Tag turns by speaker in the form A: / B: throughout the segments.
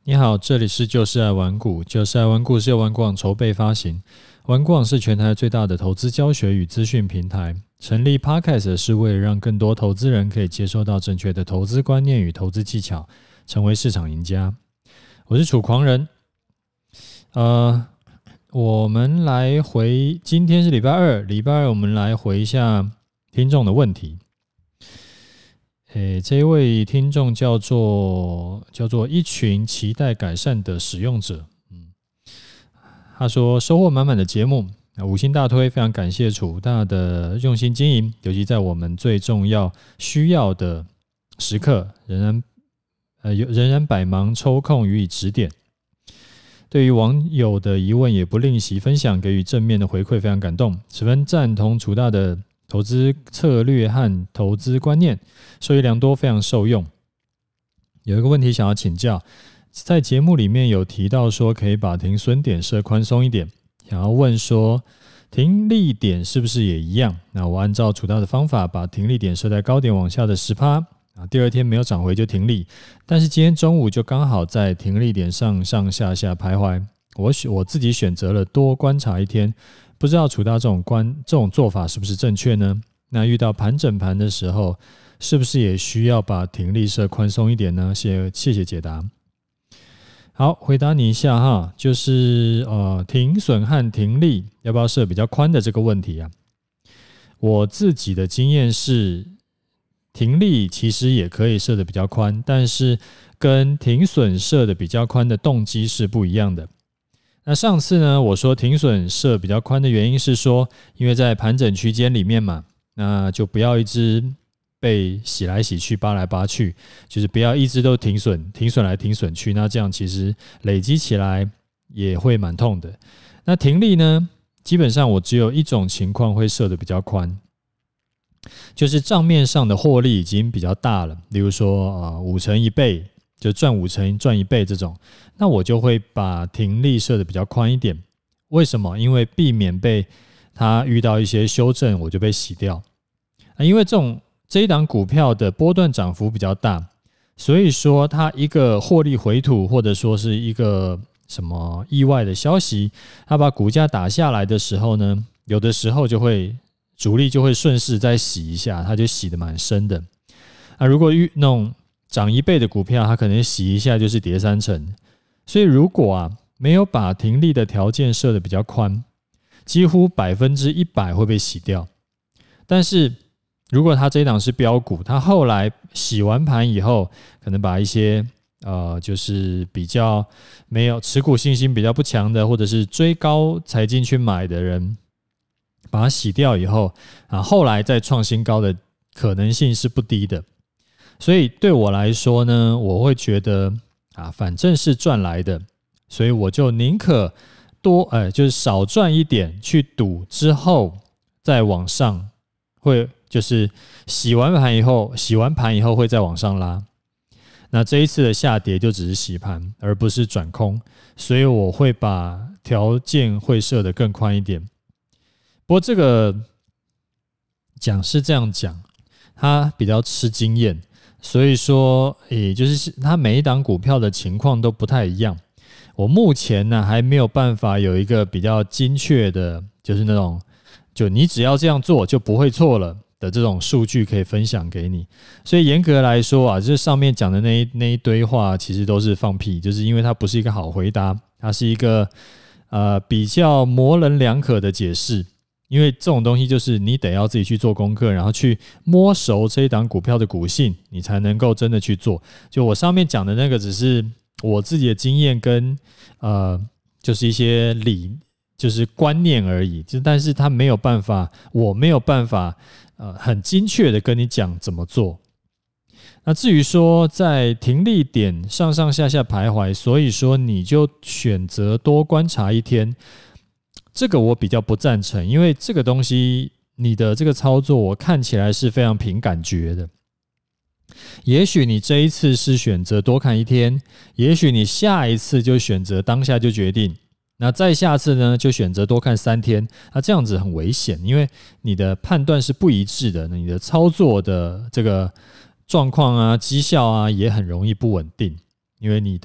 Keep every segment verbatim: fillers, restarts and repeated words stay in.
A: 你好，这里是就是爱玩股。就是爱玩股是由玩股网筹备发行，玩股网是全台最大的投资教学与资讯平台。成立 Podcast 是为了让更多投资人可以接收到正确的投资观念与投资技巧，成为市场赢家。我是楚狂人。呃，我们来回，今天是礼拜二，礼拜二我们来回一下听众的问题。诶，这一位听众叫做叫做一群期待改善的使用者，嗯，他说收获满满的节目，五星大推，非常感谢楚大的用心经营，尤其在我们最重要需要的时刻，仍然呃仍然百忙抽空予以指点。对于网友的疑问也不吝惜分享，给予正面的回馈，非常感动，十分赞同楚大的投资策略和投资观念，受益良多，非常受用。有一个问题想要请教，在节目里面有提到说可以把停损点设宽松一点，想要问说停利点是不是也一样？那我按照楚大的方法，把停利点设在高点往下的 百分之十， 第二天没有涨回就停利，但是今天中午就刚好在停利点上上下下徘徊，我我自己选择了多观察一天。不知道楚大这种观这种做法是不是正确呢？那遇到盘整盘的时候，是不是也需要把停利设宽松一点呢？谢谢谢解答。好，回答你一下哈，就是呃停损和停利要不要设比较宽的这个问题啊。我自己的经验是，停利其实也可以设的比较宽，但是跟停损设的比较宽的动机是不一样的。那上次呢，我说停损设比较宽的原因是说，因为在盘整区间里面嘛，那就不要一直被洗来洗去、扒来扒去，就是不要一直都停损、停损来停损去，那这样其实累积起来也会蛮痛的。那停利呢，基本上我只有一种情况会设的比较宽，就是账面上的获利已经比较大了，例如说呃五成一倍。就赚五成赚一倍这种，那我就会把停利设的比较宽一点。为什么？因为避免被它遇到一些修正，我就被洗掉。啊、因为这种这一档股票的波段涨幅比较大，所以说它一个获利回吐，或者说是一个什么意外的消息，它把股价打下来的时候呢，有的时候就会主力就会顺势再洗一下，它就洗得蛮深的。啊，如果遇那种涨一倍的股票，它可能洗一下就是跌三成，所以如果啊没有把停利的条件设的比较宽，几乎百分之一百会被洗掉。但是如果它这一档是标股，它后来洗完盘以后，可能把一些呃就是比较没有持股信心比较不强的，或者是追高才进去买的人，把它洗掉以后啊，后来再创新高的可能性是不低的。所以对我来说呢，我会觉得啊，反正是赚来的，所以我就宁可多，呃，就是少赚一点，去赌之后再往上，会就是洗完盘以后，洗完盘以后会再往上拉。那这一次的下跌就只是洗盘，而不是转空，所以我会把条件会设得更宽一点。不过这个讲是这样讲，他比较吃经验。所以说，也就是它每一档股票的情况都不太一样。我目前呢还没有办法有一个比较精确的，就是那种就你只要这样做就不会错了的这种数据可以分享给你。所以严格来说啊，这上面讲的那一那一堆话其实都是放屁，就是因为它不是一个好回答，它是一个呃比较模棱两可的解释。因为这种东西就是你得要自己去做功课，然后去摸熟这一档股票的股性，你才能够真的去做。就我上面讲的那个只是我自己的经验跟呃，就是一些理，就是观念而已。就但是它没有办法，我没有办法呃很精确的跟你讲怎么做。那至于说在停利点上上下下徘徊，所以说你就选择多观察一天。这个我比较不赞成，因为这个东西你的这个操作我看起来是非常凭感觉的。也许你这一次是选择多看一天，也许你下一次就选择当下就决定，那再下次呢就选择多看三天，那这样子很危险，因为你的判断是不一致的，你的操作的这个状况啊、绩效啊也很容易不稳定，因为你的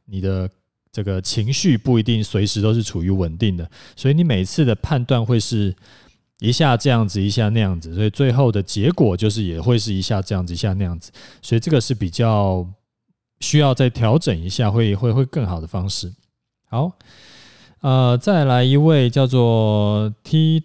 A: 你的这个情绪不一定随时都是处于稳定的，所以你每次的判断会是一下这样子一下那样子，所以最后的结果就是也会是一下这样子一下那样子，所以这个是比较需要再调整一下会会会更好的方式。好，呃，再来一位叫做 T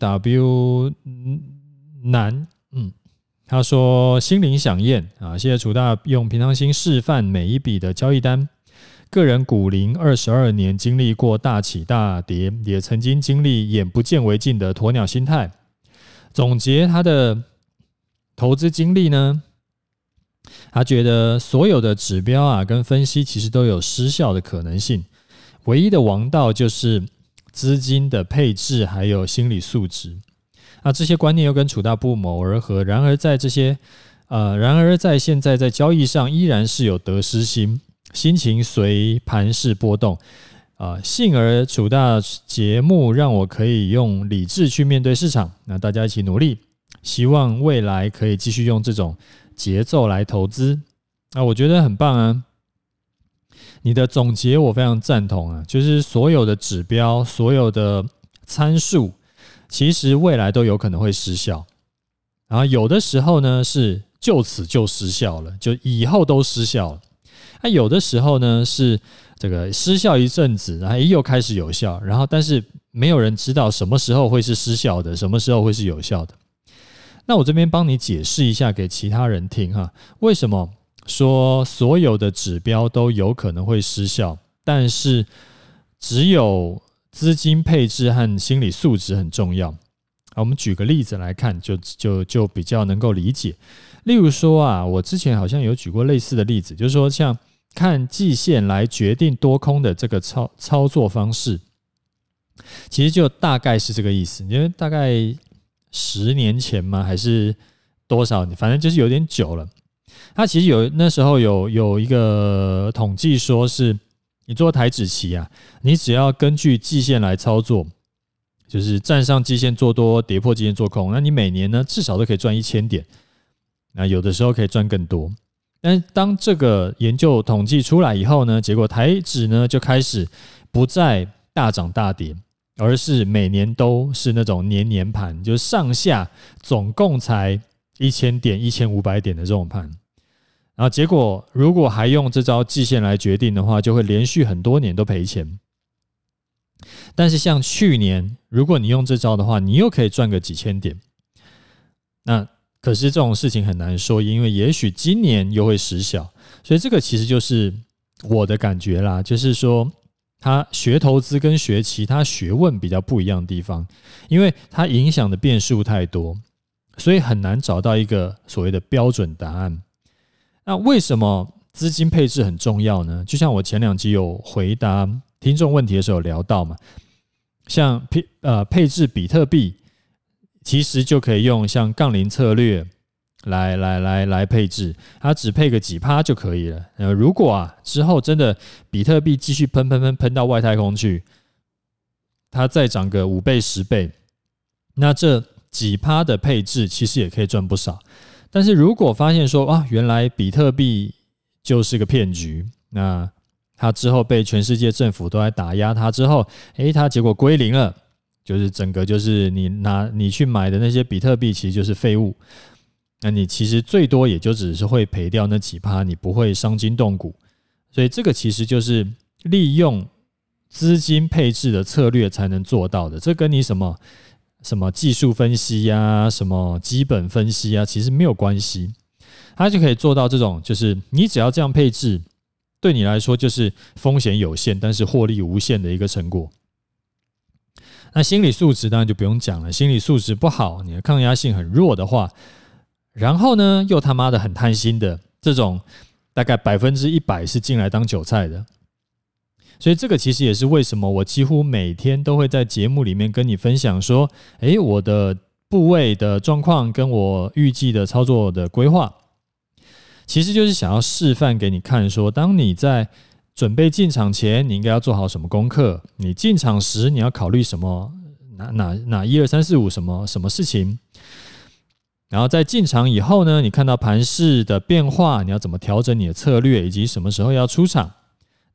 A: W 南，嗯，他说心灵响应啊，谢谢楚大用平常心示范每一笔的交易单。个人股龄二十二年，经历过大起大跌，也曾经经历眼不见为净的鸵鸟心态。总结他的投资经历呢，他觉得所有的指标啊跟分析其实都有失效的可能性，唯一的王道就是资金的配置还有心理素质。那这些观念又跟楚大不谋而合，然而在这些呃，然而在现在在交易上依然是有得失心，心情随盘势波动。呃，幸而楚大节目让我可以用理智去面对市场，那大家一起努力，希望未来可以继续用这种节奏来投资。啊，我觉得很棒啊！你的总结我非常赞同啊，就是所有的指标、所有的参数，其实未来都有可能会失效，然后有的时候呢是就此就失效了，就以后都失效了。那有的时候呢是这个失效一阵子，然后又开始有效，然后但是没有人知道什么时候会是失效的，什么时候会是有效的。那我这边帮你解释一下给其他人听哈，为什么说所有的指标都有可能会失效，但是只有资金配置和心理素质很重要。我们举个例子来看，就就就比较能够理解。例如说啊，我之前好像有举过类似的例子，就是说像看季线来决定多空的这个操操作方式，其实就大概是这个意思。因为大概十年前吗？还是多少？反正就是有点久了。它其实有那时候有有一个统计说是，你做台指期啊，你只要根据季线来操作，就是站上季线做多，跌破季线做空，那你每年呢至少都可以赚一千点，那有的时候可以赚更多。但是当这个研究统计出来以后呢，结果台指呢就开始不再大涨大跌，而是每年都是那种年年盘，就是上下总共才一千点、一千五百点的这种盘。然后结果如果还用这招季线来决定的话，就会连续很多年都赔钱。但是像去年，如果你用这招的话，你又可以赚个几千点。那可是这种事情很难说，因为也许今年又会失效，所以这个其实就是我的感觉啦，就是说他学投资跟学其他学问比较不一样的地方，因为它影响的变数太多，所以很难找到一个所谓的标准答案。那为什么资金配置很重要呢？就像我前两集有回答听众问题的时候有聊到嘛，像配呃配置比特币，其实就可以用像杠铃策略来来来来配置，它只配个几趴就可以了。呃，如果啊之后真的比特币继续喷喷喷喷到外太空去，它再涨个五倍十倍，那这几趴的配置其实也可以赚不少。但是如果发现说啊，原来比特币就是个骗局，那它之后被全世界政府都来打压它之后，诶，它结果归零了，就是整个就是你拿你去买的那些比特币其实就是废物，那你其实最多也就只是会赔掉那几趴，你不会伤筋动骨。所以这个其实就是利用资金配置的策略才能做到的，这跟你什么什么技术分析啊，什么基本分析啊，其实没有关系。它就可以做到这种，就是你只要这样配置，对你来说就是风险有限，但是获利无限的一个成果。那心理素质当然就不用讲了，心理素质不好，你的抗压性很弱的话，然后呢又他妈的很贪心的，这种大概百分之一百是进来当韭菜的。所以这个其实也是为什么我几乎每天都会在节目里面跟你分享说，诶，我的部位的状况跟我预计的操作的规划，其实就是想要示范给你看说，当你在准备进场前，你应该要做好什么功课，你进场时你要考虑什么，哪哪哪一二三四五什么什么事情，然后在进场以后呢，你看到盘势的变化，你要怎么调整你的策略，以及什么时候要出场。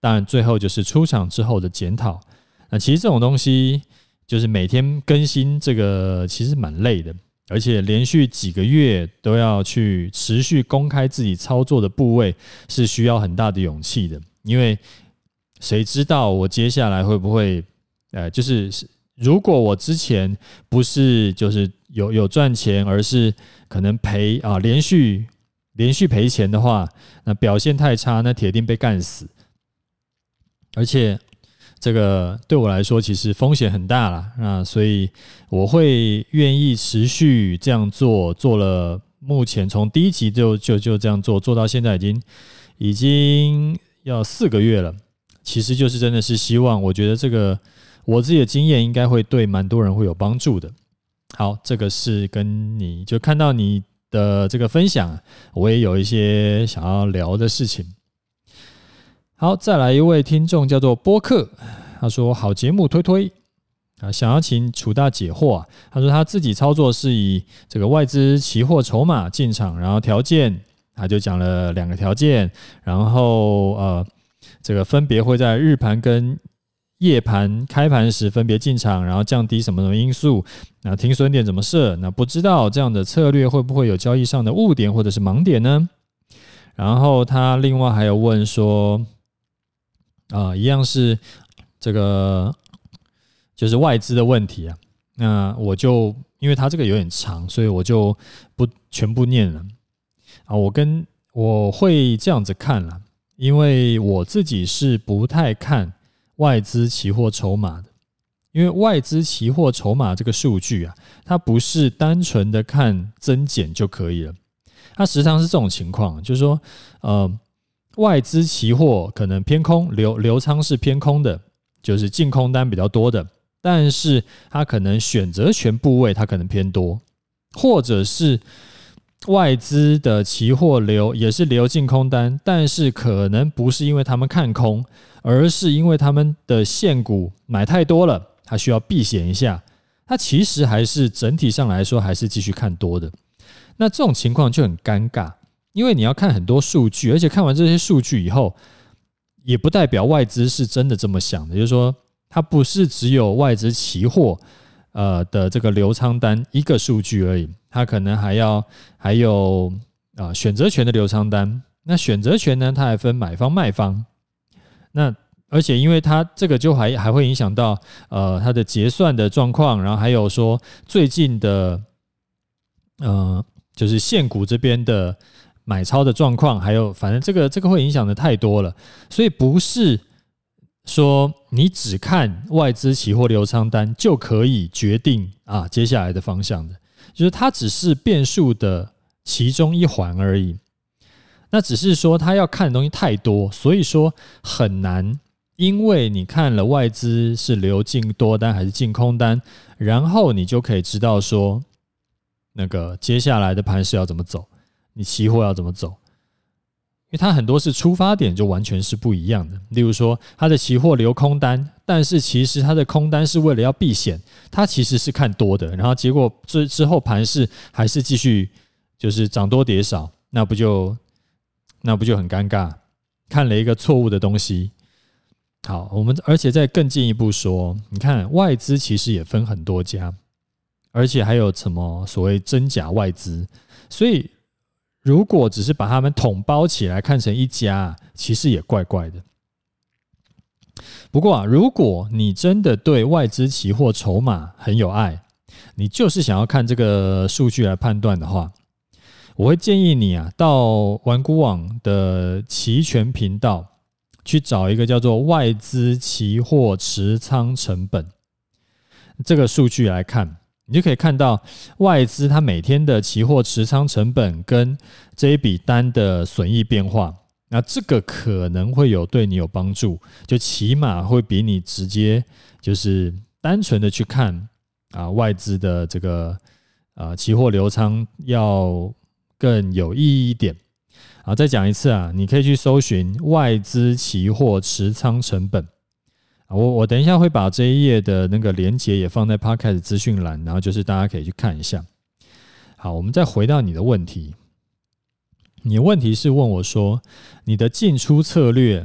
A: 当然最后就是出场之后的检讨。那其实这种东西就是每天更新，这个其实蛮累的，而且连续几个月都要去持续公开自己操作的部位，是需要很大的勇气的。因为谁知道我接下来会不会，呃，就是如果我之前不是就是有有赚钱，而是可能赔啊，连续连续赔钱的话，那表现太差，那铁定被干死。而且这个对我来说其实风险很大啦，那所以我会愿意持续这样做，做了目前从第一集就就就这样做，做到现在已经已经要四个月了。其实就是真的是希望，我觉得这个我自己的经验应该会对蛮多人会有帮助的。好，这个是跟你就看到你的这个分享，我也有一些想要聊的事情。好，再来一位听众叫做波克，他说好节目推推啊，想要请楚大解惑啊。他说他自己操作是以这个外资期货筹码进场，然后条件他就讲了两个条件，然后呃这个分别会在日盘跟夜盘开盘时分别进场，然后降低什么什么因素，那停损点怎么设？那不知道这样的策略会不会有交易上的误点或者是盲点呢？然后他另外还有问说，啊、呃，一样是这个就是外资的问题啊。那我就因为他这个有点长，所以我就不全部念了啊。我跟我会这样子看啦，因为我自己是不太看外资期货筹码的，因为外资期货筹码这个数据啊，它不是单纯的看增减就可以了，它时常是这种情况，就是说，呃，外资期货可能偏空，流流仓是偏空的，就是净空单比较多的，但是它可能选择权部位它可能偏多，或者是外资的期货流也是流净空单，但是可能不是因为他们看空，而是因为他们的现股买太多了，它需要避险一下，它其实还是整体上来说还是继续看多的。那这种情况就很尴尬，因为你要看很多数据，而且看完这些数据以后，也不代表外资是真的这么想的，就是说它不是只有外资期货呃的这个流仓单一个数据而已，它可能还要还有啊、呃、选择权的流仓单。那选择权呢，它还分买方卖方。那而且因为它这个就还还会影响到呃它的结算的状况，然后还有说最近的呃就是现股这边的买超的状况，还有反正这个这个会影响的太多了，所以不是说你只看外资期货流仓单就可以决定啊接下来的方向的，就是它只是变数的其中一环而已。那只是说他要看的东西太多，所以说很难，因为你看了外资是流进多单还是净空单，然后你就可以知道说那个接下来的盘势要怎么走，你期货要怎么走，因为它很多是出发点就完全是不一样的。例如说它的期货留空单，但是其实它的空单是为了要避险，它其实是看多的，然后结果之之后盘势还是继续就是涨多跌少，那不就那不就很尴尬，看了一个错误的东西。好，我们而且再更进一步说，你看外资其实也分很多家，而且还有什么所谓真假外资，所以如果只是把他们统包起来看成一家，其实也怪怪的。不过啊，如果你真的对外资期货筹码很有爱，你就是想要看这个数据来判断的话，我会建议你啊，到玩股网的期权频道去找一个叫做外资期货持仓成本这个数据来看，你就可以看到外资它每天的期货持仓成本跟这一笔单的损益变化，那这个可能会有对你有帮助，就起码会比你直接就是单纯的去看啊外资的这个啊期货流仓要更有意义一点。好，再讲一次啊，你可以去搜寻外资期货持仓成本。我我等一下会把这一页的那个连结也放在 Podcast 资讯栏，然后就是大家可以去看一下。好，我们再回到你的问题，你的问题是问我说，你的进出策略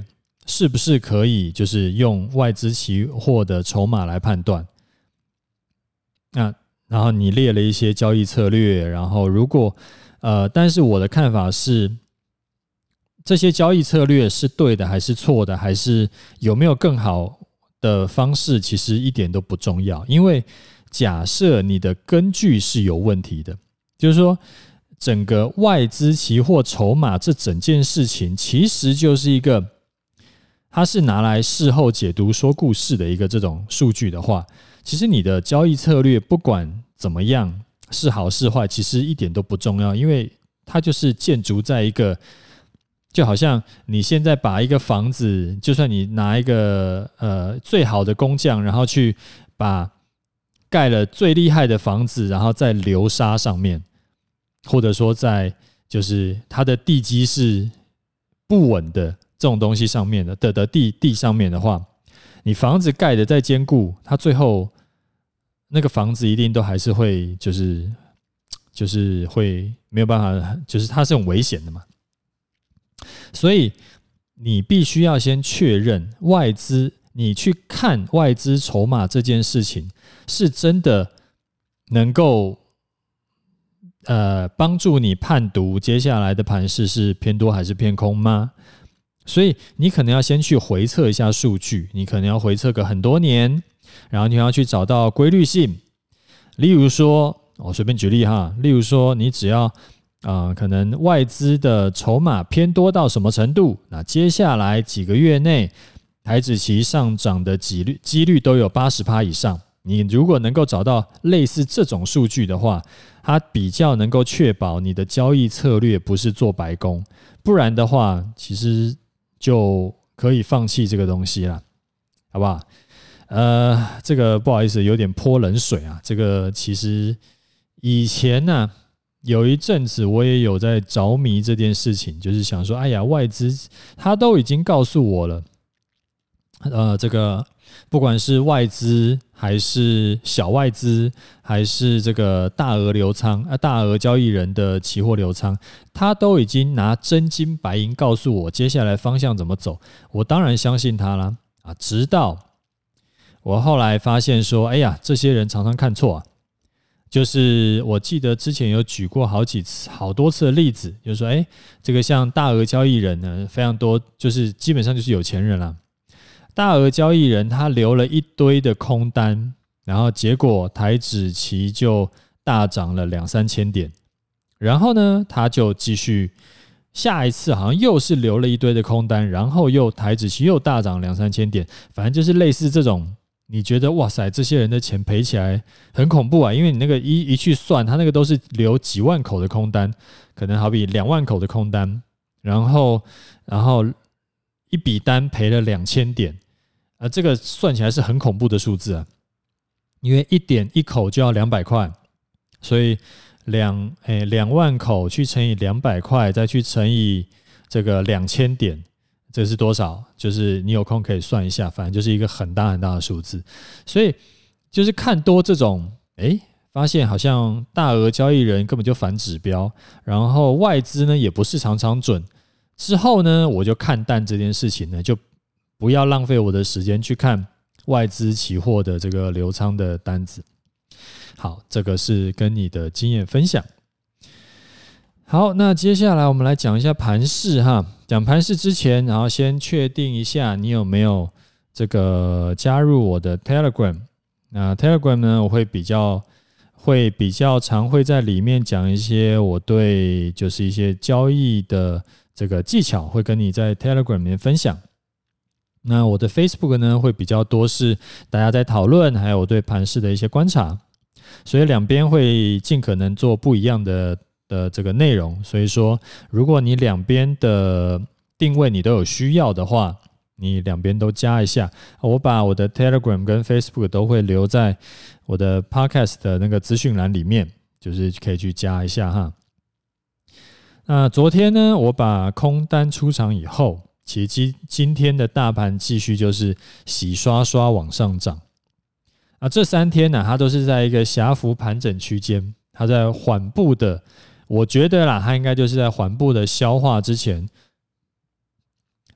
A: 是不是可以就是用外资期货的筹码来判断？那然后你列了一些交易策略，然后如果呃，但是我的看法是，这些交易策略是对的还是错的，还是有没有更好的方式，其实一点都不重要。因为假设你的根据是有问题的，就是说整个外资期货筹码这整件事情，其实就是一个它是拿来事后解读说故事的一个这种数据的话，其实你的交易策略不管怎么样是好是坏，其实一点都不重要，因为它就是建筑在一个，就好像你现在把一个房子，就算你拿一个呃最好的工匠，然后去把盖了最厉害的房子，然后在流沙上面，或者说在就是它的地基是不稳的这种东西上面的的的地地上面的话，你房子盖的再坚固，它最后那个房子一定都还是会就是就是会没有办法，就是它是很危险的嘛。所以你必须要先确认外资，你去看外资筹码这件事情是真的能够呃帮助你判读接下来的盘势是偏多还是偏空吗？所以你可能要先去回测一下数据，你可能要回测个很多年，然后你要去找到规律性。例如说，我随便举例哈，例如说你只要呃，可能外资的筹码偏多到什么程度，那接下来几个月内台指期上涨的几率几率都有 百分之八十 以上。你如果能够找到类似这种数据的话，它比较能够确保你的交易策略不是做白工，不然的话其实就可以放弃这个东西啦，好不好？呃，这个不好意思，有点泼冷水啊。这个其实以前呢、啊，有一阵子我也有在着迷这件事情，就是想说，哎呀，外资他都已经告诉我了，呃，这个不管是外资还是小外资，还是这个大额流仓啊，大额交易人的期货流仓，他都已经拿真金白银告诉我接下来方向怎么走，我当然相信他啦啊，直到我后来发现说，哎呀，这些人常常看错啊。就是我记得之前有举过好几次、好多次的例子，就是说，哎，这个像大额交易人呢，非常多，就是基本上就是有钱人啦。大额交易人他留了一堆的空单，然后结果台指期就大涨了两三千点，然后呢，他就继续下一次好像又是留了一堆的空单，然后又台指期又大涨两三千点，反正就是类似这种。你觉得哇塞，这些人的钱赔起来很恐怖啊！因为你那个一一去算，他那个都是留几万口的空单，可能好比两万口的空单，然后然后一笔单赔了两千点，啊，这个算起来是很恐怖的数字啊！因为一点一口就要两百块，所以两诶两万口去乘以两百块，再去乘以这个两千点。这是多少？就是你有空可以算一下，反正就是一个很大很大的数字。所以就是看多这种，哎，发现好像大额交易人根本就反指标，然后外资呢也不是常常准。之后呢，我就看淡这件事情呢，就不要浪费我的时间去看外资期货的这个流仓的单子。好，这个是跟你的经验分享。好，那接下来我们来讲一下盘势哈。讲盘势之前，然后先确定一下你有没有这个加入我的 Telegram。那 Telegram 呢，我会比较会比较常会在里面讲一些我对就是一些交易的这个技巧，会跟你在 Telegram 里面分享。那我的 Facebook 呢，会比较多是大家在讨论，还有我对盘势的一些观察，所以两边会尽可能做不一样的。的这个内容，所以说，如果你两边的定位你都有需要的话，你两边都加一下。我把我的 Telegram 跟 Facebook 都会留在我的 Podcast 的那个资讯栏里面，就是可以去加一下哈。那昨天呢，我把空单出场以后，其实今天的大盘继续就是洗刷刷往上涨。啊，这三天呢、啊，它都是在一个狭幅盘整区间，它在缓步的。我觉得啦，它应该就是在缓步的消化之前，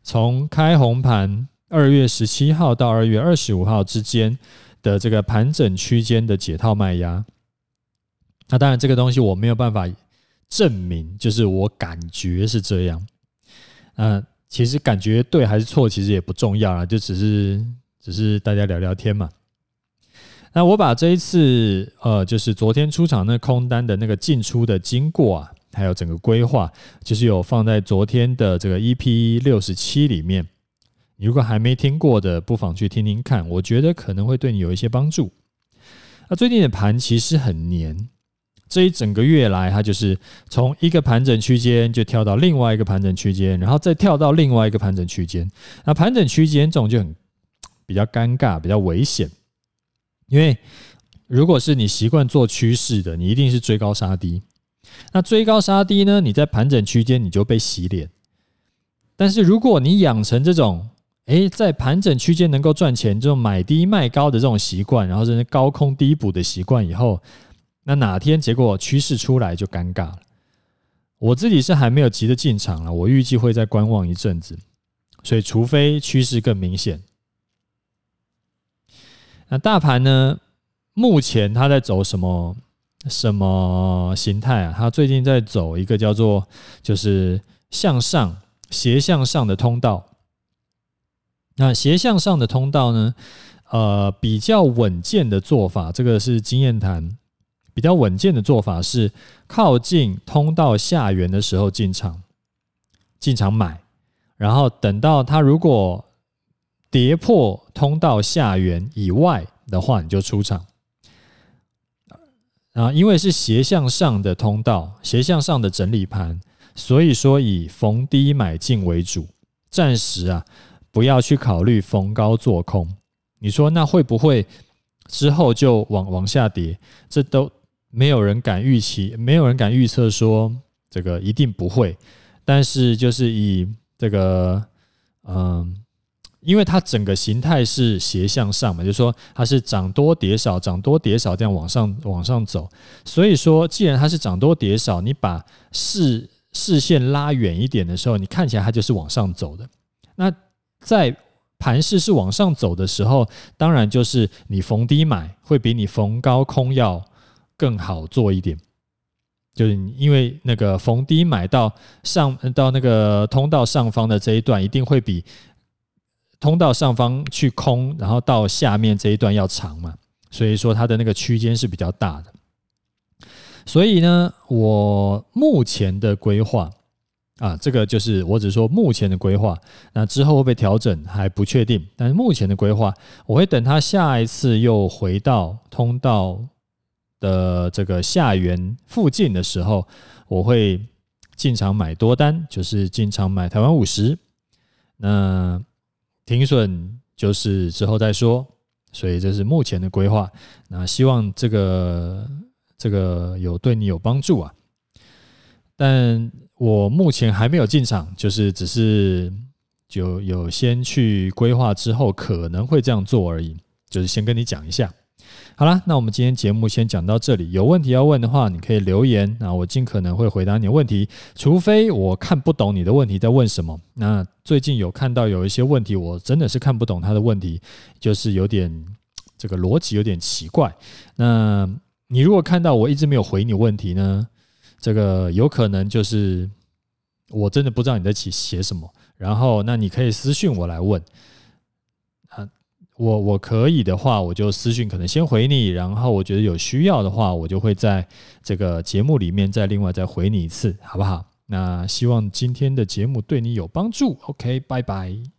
A: 从开红盘二月十七号到二月二十五号之间的这个盘整区间的解套卖压。那当然这个东西我没有办法证明，就是我感觉是这样。呃，其实感觉对还是错其实也不重要啦，就只是只是大家聊聊天嘛。那我把这一次呃，就是昨天出场那空单的那个进出的经过啊，还有整个规划，就是有放在昨天的这个 E P 六十七 里面。你如果还没听过的，不妨去听听看，我觉得可能会对你有一些帮助。那最近的盘其实很黏，这一整个月来，它就是从一个盘整区间就跳到另外一个盘整区间，然后再跳到另外一个盘整区间。那盘整区间这种就很比较尴尬，比较危险。因为如果是你习惯做趋势的，你一定是追高杀低。那追高杀低呢，你在盘整区间你就被洗脸。但是如果你养成这种诶在盘整区间能够赚钱，这种买低卖高的这种习惯，然后甚至高空低补的习惯以后，那哪天结果趋势出来就尴尬了。我自己是还没有急着进场了，我预计会再观望一阵子，所以除非趋势更明显。那大盘呢？目前它在走什么什么形态啊？它最近在走一个叫做就是向上斜向上的通道。那斜向上的通道呢？呃，比较稳健的做法，这个是经验谈。比较稳健的做法是靠近通道下缘的时候进场，进场买，然后等到它如果跌破通道下缘以外的话，你就出场。啊，因为是斜向上的通道，斜向上的整理盘，所以说以逢低买进为主。暂时啊，不要去考虑逢高做空。你说那会不会之后就往往下跌？这都没有人敢预期，没有人敢预测说这个一定不会。但是就是以这个，嗯。因为它整个形态是斜向上嘛，就是说它是涨多跌少，涨多跌少这样往上往上走。所以说，既然它是涨多跌少，你把视视线拉远一点的时候，你看起来它就是往上走的。那在盘势是往上走的时候，当然就是你逢低买会比你逢高空要更好做一点。就是因为那个逢低买到上到那个通道上方的这一段，一定会比通道上方去空，然后到下面这一段要长嘛，所以说它的那个区间是比较大的。所以呢，我目前的规划啊，这个就是我只说目前的规划，那之后会不会调整还不确定。但是目前的规划，我会等它下一次又回到通道的这个下缘附近的时候，我会进场买多单，就是进场买台湾五十。那停损就是之后再说，所以这是目前的规划。那希望这个这个有对你有帮助啊。但我目前还没有进场，就是只是就有先去规划之后可能会这样做而已，就是先跟你讲一下。好啦，那我们今天节目先讲到这里。有问题要问的话，你可以留言，那我尽可能会回答你的问题，除非我看不懂你的问题在问什么。那最近有看到有一些问题，我真的是看不懂他的问题，就是有点这个逻辑有点奇怪。那你如果看到我一直没有回你问题呢，这个有可能就是我真的不知道你在写什么，然后那你可以私讯我来问。我我可以的话，我就私讯可能先回你，然后我觉得有需要的话，我就会在这个节目里面再另外再回你一次，好不好？那希望今天的节目对你有帮助。OK， 拜拜。